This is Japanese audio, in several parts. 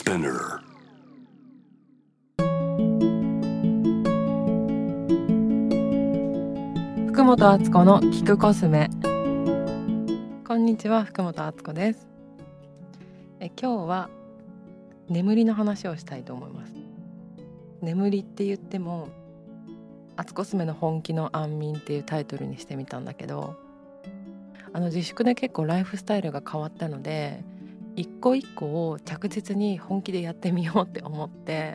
Spinner. 福本敦子の聞くコスメ。こんにちは、福本敦子です。今日は眠りの話をしたいと思います。眠りって言っても敦コスメの本気の安眠っていうタイトルにしてみたんだけど、自粛で結構ライフスタイルが変わったので、一個一個を着実に本気でやってみようって思って、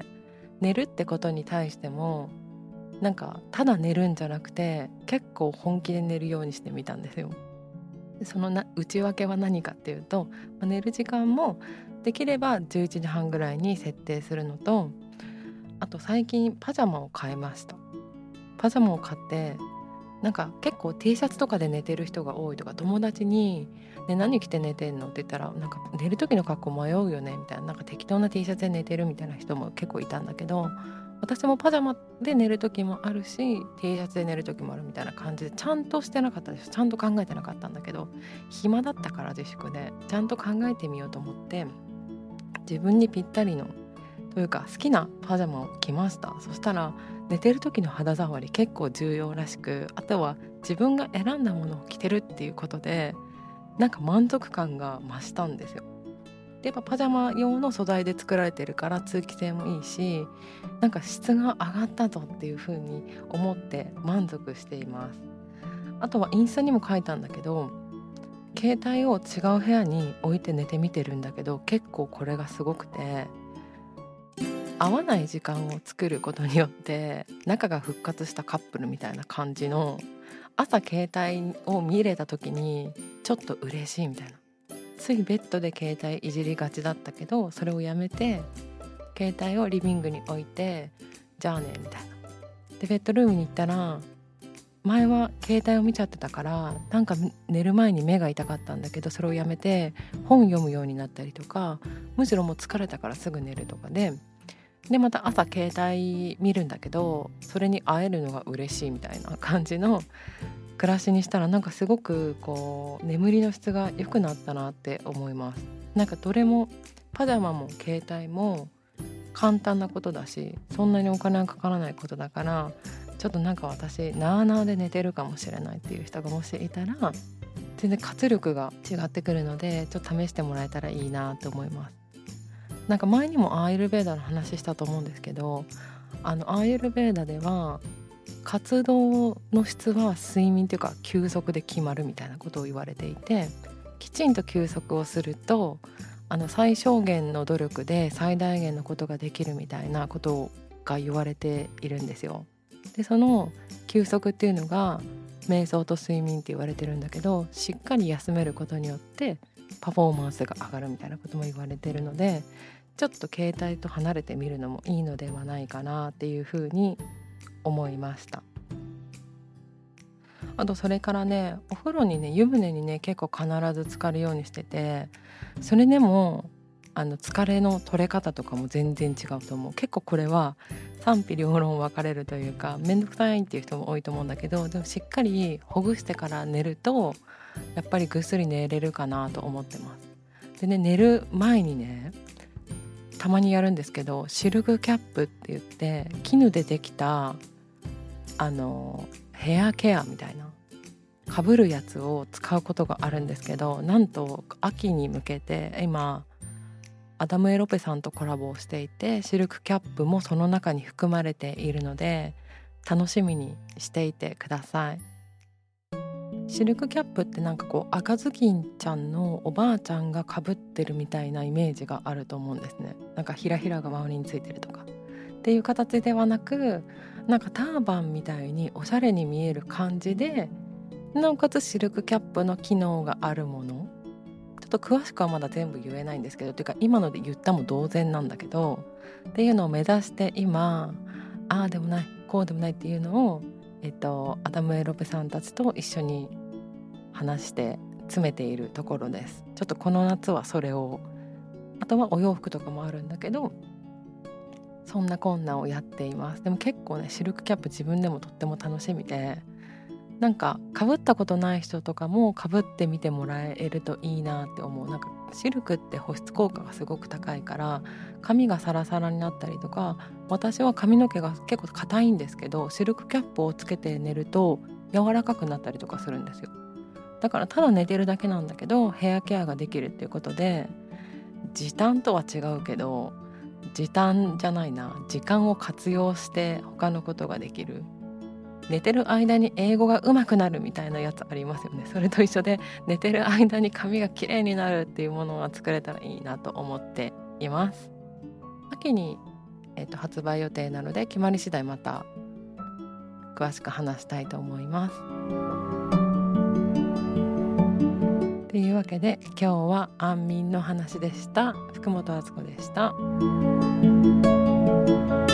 寝るってことに対してもなんかただ寝るんじゃなくて結構本気で寝るようにしてみたんですよ。でその内訳は何かっていうと、寝る時間もできれば11時半ぐらいに設定するのと、あと最近パジャマを買いました。パジャマを買って、なんか結構 T シャツとかで寝てる人が多いとか、友達に、ね、何着て寝てんのって言ったら、なんか寝る時の格好迷うよねみたいな、なんか適当な T シャツで寝てるみたいな人も結構いたんだけど、私もパジャマで寝る時もあるし T シャツで寝る時もあるみたいな感じで、ちゃんとしてなかったです。ちゃんと考えてなかったんだけど、暇だったから自粛でちゃんと考えてみようと思って、自分にぴったりのというか好きなパジャマを着ました。そしたら寝てる時の肌触り結構重要らしく、あとは自分が選んだものを着てるっていうことでなんか満足感が増したんですよ。でやっぱパジャマ用の素材で作られてるから通気性もいいし、なんか質が上がったぞっていう風に思って満足しています。あとはインスタにも書いたんだけど、携帯を違う部屋に置いて寝てみてるんだけど、結構これがすごくて、合わない時間を作ることによって仲が復活したカップルみたいな感じの、朝携帯を見れた時にちょっと嬉しいみたいな。ついベッドで携帯いじりがちだったけど、それをやめて携帯をリビングに置いて、じゃあねみたいな。でベッドルームに行ったら、前は携帯を見ちゃってたからなんか寝る前に目が痛かったんだけど、それをやめて本読むようになったりとか、むしろもう疲れたからすぐ寝るとかでまた朝携帯見るんだけど、それに会えるのが嬉しいみたいな感じの暮らしにしたら、なんかすごくこう眠りの質が良くなったなって思います。なんかどれもパジャマも携帯も簡単なことだし、そんなにお金がかからないことだから、ちょっとなんか私なあなあで寝てるかもしれないっていう人がもしいたら、全然活力が違ってくるので、ちょっと試してもらえたらいいなと思います。なんか前にもアーユルヴェーダの話したと思うんですけど、アーユルヴェーダでは活動の質は睡眠というか休息で決まるみたいなことを言われていて、きちんと休息をすると最小限の努力で最大限のことができるみたいなことが言われているんですよ。でその休息っていうのが瞑想と睡眠って言われてるんだけど、しっかり休めることによってパフォーマンスが上がるみたいなことも言われてるので、ちょっと携帯と離れてみるのもいいのではないかなっていうふうに思いました。あとそれからね、お風呂にね、湯船にね結構必ず浸かるようにしてて、それでも疲れの取れ方とかも全然違うと思う。結構これは賛否両論分かれるというか、めんどくさいっていう人も多いと思うんだけど、でもしっかりほぐしてから寝るとやっぱりぐっすり寝れるかなと思ってます。でね、寝る前にねたまにやるんですけど、シルクキャップって言って絹でできたヘアケアみたいなかぶるやつを使うことがあるんですけど、なんと秋に向けて今アダム・エロペさんとコラボをしていて、シルクキャップもその中に含まれているので楽しみにしていてください。シルクキャップってなんかこう赤ずきんちゃんのおばあちゃんがかぶってるみたいなイメージがあると思うんですね。なんかひらひらが周りについてるとかっていう形ではなく、なんかターバンみたいにおしゃれに見える感じで、なおかつシルクキャップの機能があるもの、ちょっと詳しくはまだ全部言えないんですけど、というか今ので言ったも同然なんだけど、っていうのを目指して今ああでもないこうでもないっていうのをアダム・エロペさんたちと一緒に話して詰めているところです。ちょっとこの夏はそれを、あとはお洋服とかもあるんだけど、そんなこんなをやっています。でも結構ね、シルクキャップ自分でもとっても楽しみで、なんか被ったことない人とかも被ってみてもらえるといいなって思う。なんかシルクって保湿効果がすごく高いから髪がサラサラになったりとか、私は髪の毛が結構硬いんですけどシルクキャップをつけて寝ると柔らかくなったりとかするんですよ。だからただ寝てるだけなんだけどヘアケアができるっていうことで、時短とは違うけど時短じゃないな、時間を活用して他のことができる。寝てる間に英語が上手くなるみたいなやつありますよね。それと一緒で寝てる間に髪が綺麗になるっていうものが作れたらいいなと思っています。秋に、発売予定なので決まり次第また詳しく話したいと思います。というわけで今日は安眠の話でした。福本敦子でした。